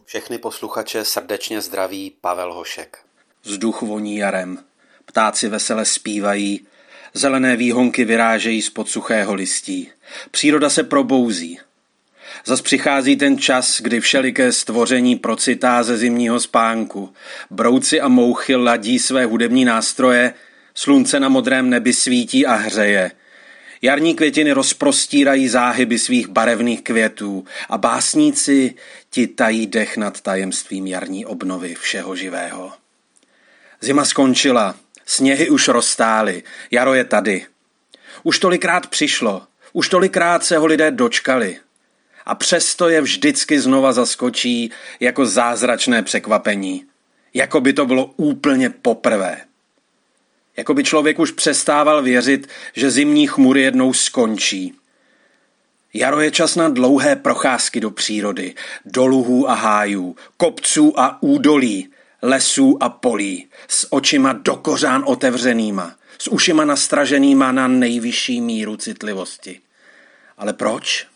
Všechny posluchače srdečně zdraví Pavel Hošek. Vzduch voní jarem, ptáci vesele zpívají, zelené výhonky vyrážejí spod suchého listí. Příroda se probouzí. Zas přichází ten čas, kdy všeliké stvoření procitá ze zimního spánku. Brouci a mouchy ladí své hudební nástroje, slunce na modrém nebi svítí a hřeje. Jarní květiny rozprostírají záhyby svých barevných květů a básníci ti tají dech nad tajemstvím jarní obnovy všeho živého. Zima skončila, sněhy už roztály, jaro je tady. Už tolikrát přišlo, už tolikrát se ho lidé dočkali. A přesto je vždycky znova zaskočí jako zázračné překvapení. Jako by to bylo úplně poprvé. Jako by člověk už přestával věřit, že zimní chmury jednou skončí. Jaro je čas na dlouhé procházky do přírody, do luhů a hájů, kopců a údolí, lesů a polí, s očima do kořán otevřenýma, s ušima nastraženýma na nejvyšší míru citlivosti. Ale proč?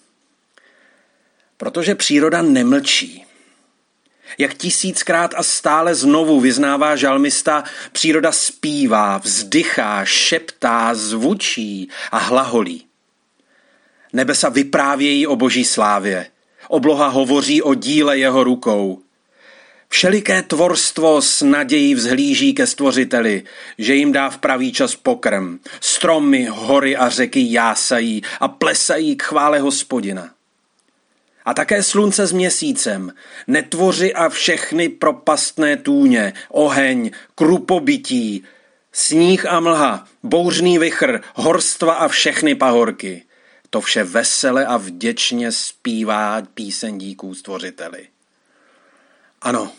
Protože příroda nemlčí. Jak tisíckrát a stále znovu vyznává žalmista, příroda zpívá, vzdychá, šeptá, zvučí a hlaholí. Nebesa vyprávějí o boží slávě, obloha hovoří o díle jeho rukou. Všeliké tvorstvo s nadějí vzhlíží ke stvořiteli, že jim dá v pravý čas pokrm. Stromy, hory a řeky jásají a plesají k chvále Hospodina. A také slunce s měsícem, netvoři a všechny propastné tůně, oheň, krupobytí, sníh a mlha, bouřný vichr, horstva a všechny pahorky. To vše vesele a vděčně zpívá píseň díků stvořiteli. Ano,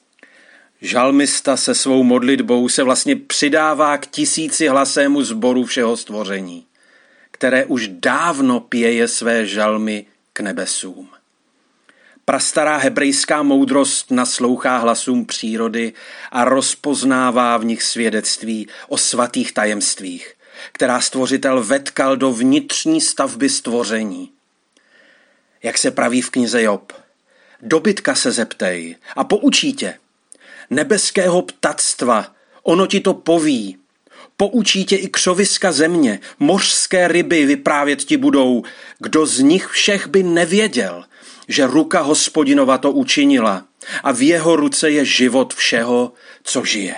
žalmista se svou modlitbou se vlastně přidává k tisícihlasému sboru všeho stvoření, které už dávno pěje své žalmy k nebesům. Prastará hebrejská moudrost naslouchá hlasům přírody a rozpoznává v nich svědectví o svatých tajemstvích, která stvořitel vetkal do vnitřní stavby stvoření. Jak se praví v knize Job, dobytka se zeptej a poučí tě. Nebeského ptactva, ono ti to poví. Poučí tě i křoviska země, mořské ryby vyprávět ti budou. Kdo z nich všech by nevěděl, že ruka Hospodinova to učinila a v jeho ruce je život všeho, co žije.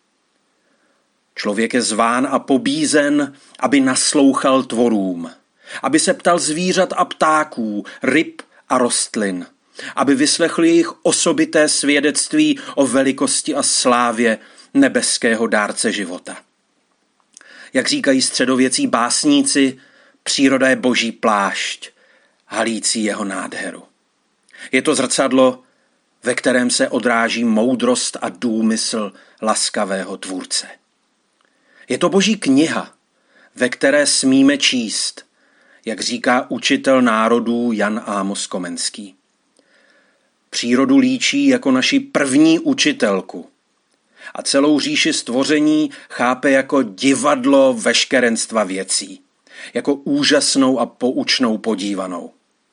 Člověk je zván a pobízen, aby naslouchal tvorům, aby se ptal zvířat a ptáků, ryb a rostlin, aby vyslechl jejich osobité svědectví o velikosti a slávě nebeského dárce života. Jak říkají středověcí básníci, příroda je boží plášť, halící jeho nádheru. Je to zrcadlo, ve kterém se odráží moudrost a důmysl laskavého tvůrce. Je to boží kniha, ve které smíme číst, jak říká učitel národů Jan Amos Komenský. Přírodu líčí jako naši první učitelku a celou říši stvoření chápe jako divadlo veškerenstva věcí, jako úžasnou a poučnou podívanou.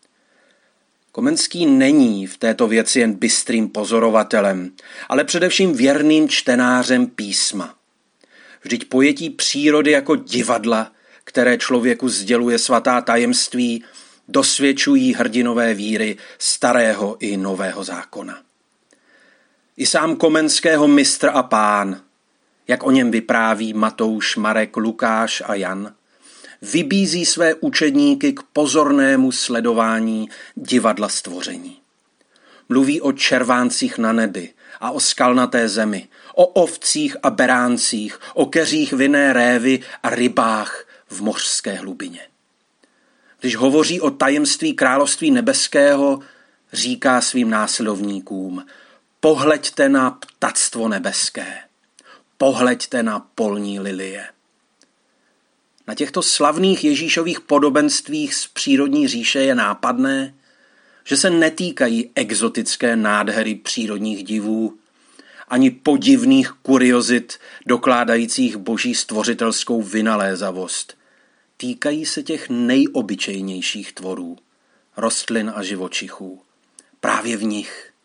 Komenský není v této věci jen bystrým pozorovatelem, ale především věrným čtenářem písma. Vždyť pojetí přírody jako divadla, které člověku sděluje svatá tajemství, dosvědčují hrdinové víry starého i nového zákona. I sám Komenského mistr a pán, jak o něm vypráví Matouš, Marek, Lukáš a Jan, vybízí své učedníky k pozornému sledování divadla stvoření. Mluví o červáncích na nebi a o skalnaté zemi, o ovcích a beráncích, o keřích vinné révy a rybách v mořské hlubině. Když hovoří o tajemství království nebeského, říká svým následovníkům: pohleďte na ptactvo nebeské, pohleďte na polní lilie. Na těchto slavných Ježíšových podobenstvích z přírodní říše je nápadné, že se netýkají exotické nádhery přírodních divů, ani podivných kuriozit dokládajících boží stvořitelskou vynalézavost. Týkají se těch nejobyčejnějších tvorů, rostlin a živočichů. Právě v nich,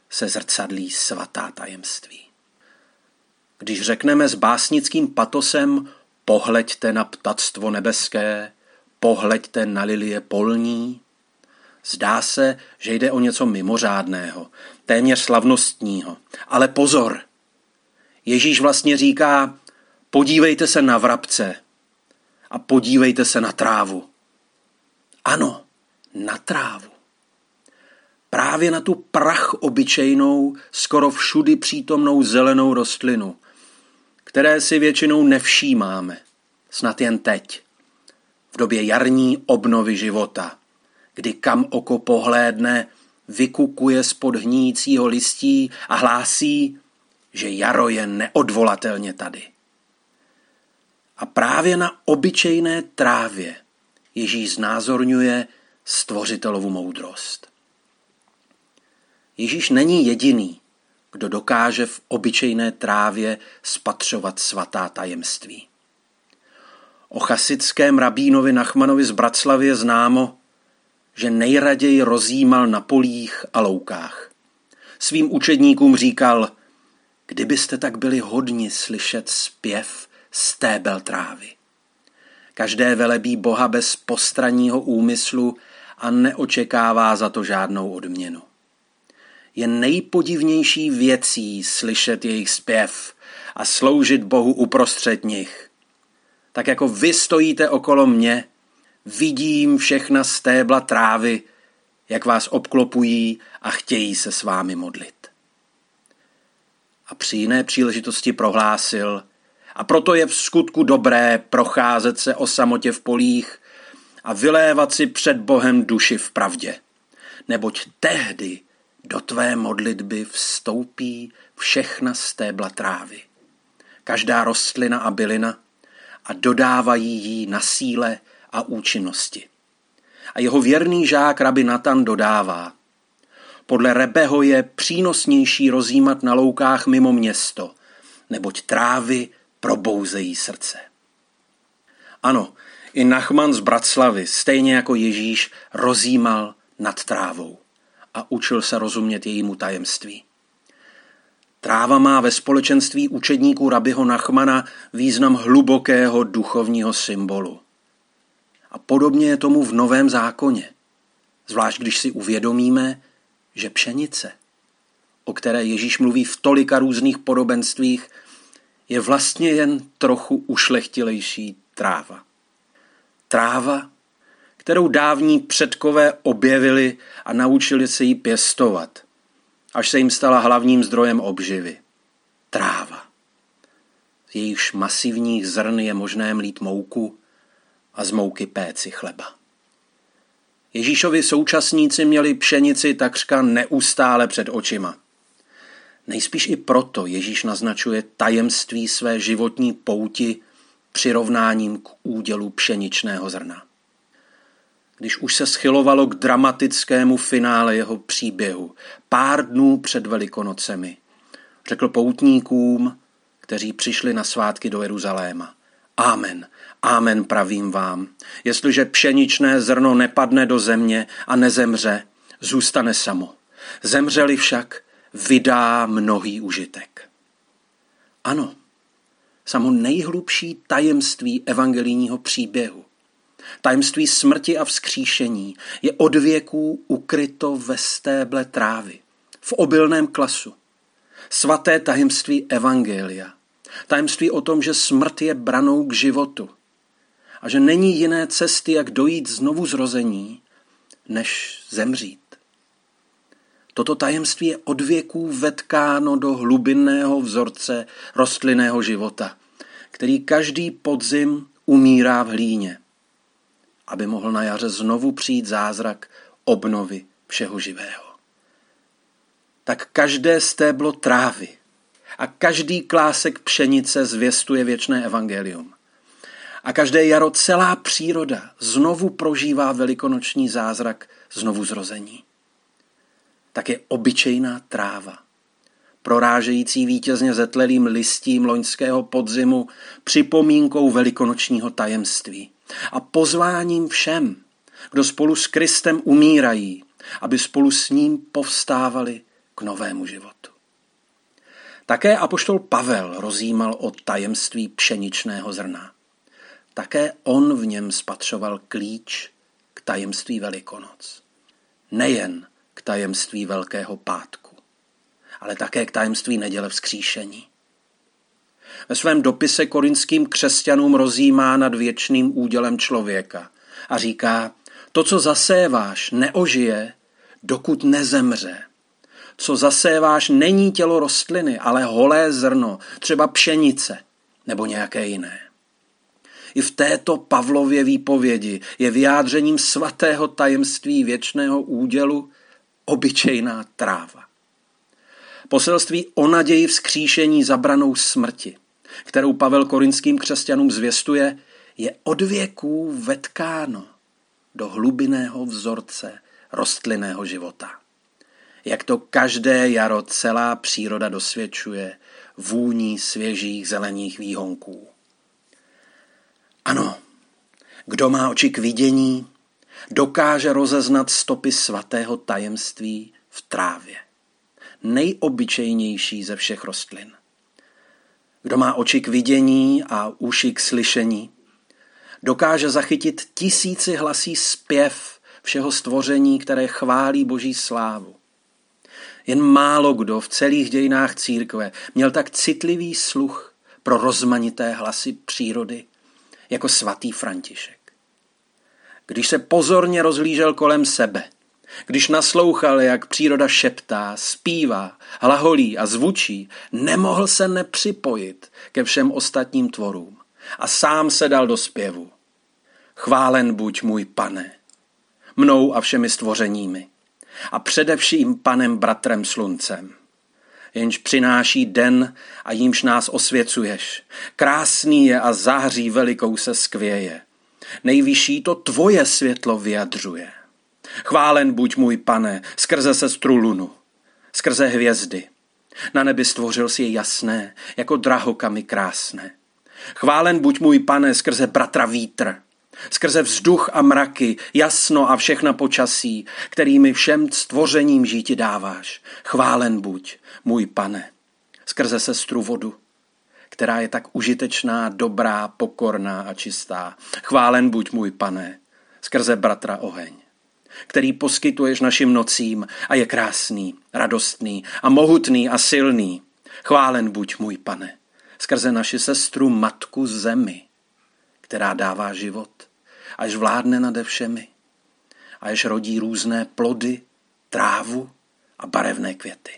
se zrcadlí svatá tajemství. Když řekneme s básnickým patosem pohleďte na ptactvo nebeské, pohleďte na lilie polní, zdá se, že jde o něco mimořádného, téměř slavnostního. Ale pozor! Ježíš vlastně říká, podívejte se na vrabce a podívejte se na trávu. Ano, na trávu. Právě na tu prach obyčejnou, skoro všudy přítomnou zelenou rostlinu, které si většinou nevšímáme, snad jen teď, v době jarní obnovy života, kdy kam oko pohlédne, vykukuje spod hníjícího listí a hlásí, že jaro je neodvolatelně tady. A právě na obyčejné trávě Ježíš znázorňuje stvořitelovu moudrost. Ježíš není jediný, kdo dokáže v obyčejné trávě spatřovat svatá tajemství. O chasickém rabínovi Nachmanovi z Bratislavy je známo, že nejraději rozjímal na polích a loukách. Svým učedníkům říkal, kdybyste tak byli hodni slyšet zpěv stébel trávy. Každé velebí Boha bez postranního úmyslu a neočekává za to žádnou odměnu. Je nejpodivnější věcí slyšet jejich zpěv a sloužit Bohu uprostřed nich. Tak jako vy stojíte okolo mě, vidím všechna stébla trávy, jak vás obklopují a chtějí se s vámi modlit. A při jiné příležitosti prohlásil, a proto je v skutku dobré procházet se o samotě v polích a vylévat si před Bohem duši v pravdě, neboť tehdy do tvé modlitby vstoupí všechna stébla trávy, každá rostlina a bylina a dodávají jí na síle a účinnosti. A jeho věrný žák rabbi Natan dodává, podle Rebeho je přínosnější rozjímat na loukách mimo město, neboť trávy probouzejí srdce. Ano, i Nachman z Bratislavy, stejně jako Ježíš, rozjímal nad trávou a učil se rozumět jejímu tajemství. Tráva má ve společenství učedníků rabiho Nachmana význam hlubokého duchovního symbolu. A podobně je tomu v Novém zákoně, zvlášť když si uvědomíme, že pšenice, o které Ježíš mluví v tolika různých podobenstvích, je vlastně jen trochu ušlechtilejší tráva. Tráva, kterou dávní předkové objevili a naučili se ji pěstovat, až se jim stala hlavním zdrojem obživy. Tráva. Z jejichž masivních zrn je možné mlít mouku a z mouky péci chleba. Ježíšovi současníci měli pšenici takřka neustále před očima. Nejspíš i proto Ježíš naznačuje tajemství své životní pouti přirovnáním k údělu pšeničného zrna. Když už se schylovalo k dramatickému finále jeho příběhu, pár dnů před Velikonocemi, řekl poutníkům, kteří přišli na svátky do Jeruzaléma. Amen, amen pravím vám, jestliže pšeničné zrno nepadne do země a nezemře, zůstane samo. Zemřeli však, vydá mnohý užitek. Ano, samo nejhlubší tajemství evangelijního příběhu, tajemství smrti a vzkříšení je od věků ukryto ve stéble trávy, v obilném klasu. Svaté tajemství evangelia, tajemství o tom, že smrt je branou k životu a že není jiné cesty, jak dojít znovu zrození, než zemřít. Toto tajemství je od věků vetkáno do hlubinného vzorce rostlinného života, který každý podzim umírá v hlíně, aby mohl na jaře znovu přijít zázrak obnovy všeho živého. Tak každé stéblo trávy a každý klásek pšenice zvěstuje věčné evangelium. A každé jaro celá příroda znovu prožívá velikonoční zázrak znovuzrození. Tak je obyčejná tráva, prorážející vítězně zetlelým listím loňského podzimu, připomínkou velikonočního tajemství a pozváním všem, kdo spolu s Kristem umírají, aby spolu s ním povstávali k novému životu. Také apoštol Pavel rozjímal o tajemství pšeničného zrna. Také on v něm spatřoval klíč k tajemství Velikonoc. Nejen k tajemství Velkého pátku, ale také k tajemství neděle vzkříšení. Ve svém dopise korinským křesťanům rozjímá nad věčným údělem člověka a říká, to, co zaséváš, neožije, dokud nezemře. Co zaséváš, není tělo rostliny, ale holé zrno, třeba pšenice nebo nějaké jiné. I v této Pavlově výpovědi je vyjádřením svatého tajemství věčného údělu obyčejná tráva. Poselství o naději vzkříšení zabranou smrti, kterou Pavel korinským křesťanům zvěstuje, je od věků vetkáno do hlubinného vzorce rostlinného života. Jak to každé jaro celá příroda dosvědčuje vůní svěžích zelených výhonků. Ano, kdo má oči k vidění, dokáže rozeznat stopy svatého tajemství v trávě. Nejobyčejnější ze všech rostlin. Kdo má oči k vidění a uši k slyšení, dokáže zachytit tisícihlasý zpěv všeho stvoření, které chválí Boží slávu. Jen málo kdo v celých dějinách církve měl tak citlivý sluch pro rozmanité hlasy přírody, jako svatý František. Když se pozorně rozhlížel kolem sebe, když naslouchal, jak příroda šeptá, zpívá, hlaholí a zvučí, nemohl se nepřipojit ke všem ostatním tvorům a sám se dal do zpěvu. Chválen buď můj Pane, mnou a všemi stvořeními, a především Panem bratrem sluncem, jenž přináší den a jímž nás osvěcuješ. Krásný je a září velikou se skvěje. Nejvyšší to tvoje světlo vyjadřuje. Chválen buď můj Pane, skrze sestru lunu, skrze hvězdy. Na nebi stvořil si je jasné, jako drahokamy krásné. Chválen buď můj Pane, skrze bratra vítr, skrze vzduch a mraky, jasno a všechna počasí, kterými všem stvořením žíti dáváš. Chválen buď můj Pane, skrze sestru vodu, která je tak užitečná, dobrá, pokorná a čistá. Chválen buď můj Pane, skrze bratra oheň, který poskytuješ našim nocím a je krásný, radostný a mohutný a silný. Chválen buď můj Pane, skrze naši sestru matku zemi, která dává život, až vládne nade všemi, až rodí různé plody, trávu a barevné květy.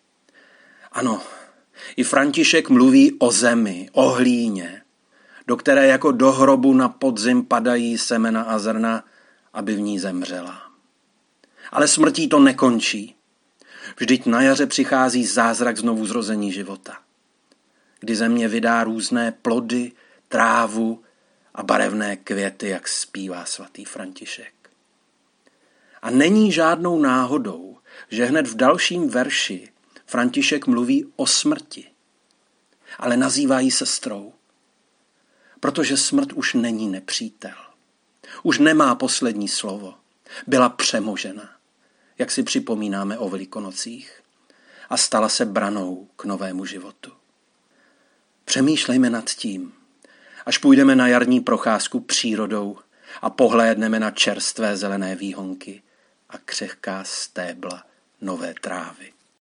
Ano, i František mluví o zemi, o hlíně, do které jako do hrobu na podzim padají semena a zrna, aby v ní zemřela. Ale smrtí to nekončí. Vždyť na jaře přichází zázrak znovuzrození života, kdy země vydá různé plody, trávu a barevné květy, jak zpívá svatý František. A není žádnou náhodou, že hned v dalším verši František mluví o smrti, ale nazývá ji sestrou, protože smrt už není nepřítel. Už nemá poslední slovo. Byla přemožena, jak si připomínáme o Velikonocích, a stala se branou k novému životu. Přemýšlejme nad tím, až půjdeme na jarní procházku přírodou a pohlédneme na čerstvé zelené výhonky a křehká stébla nové trávy.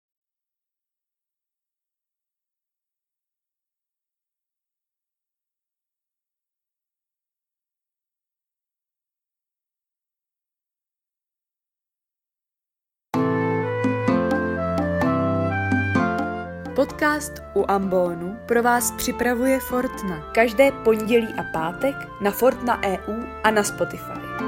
Podcast u Ambonu pro vás připravuje Fortna. Každé pondělí a pátek na Fortna EU a na Spotify.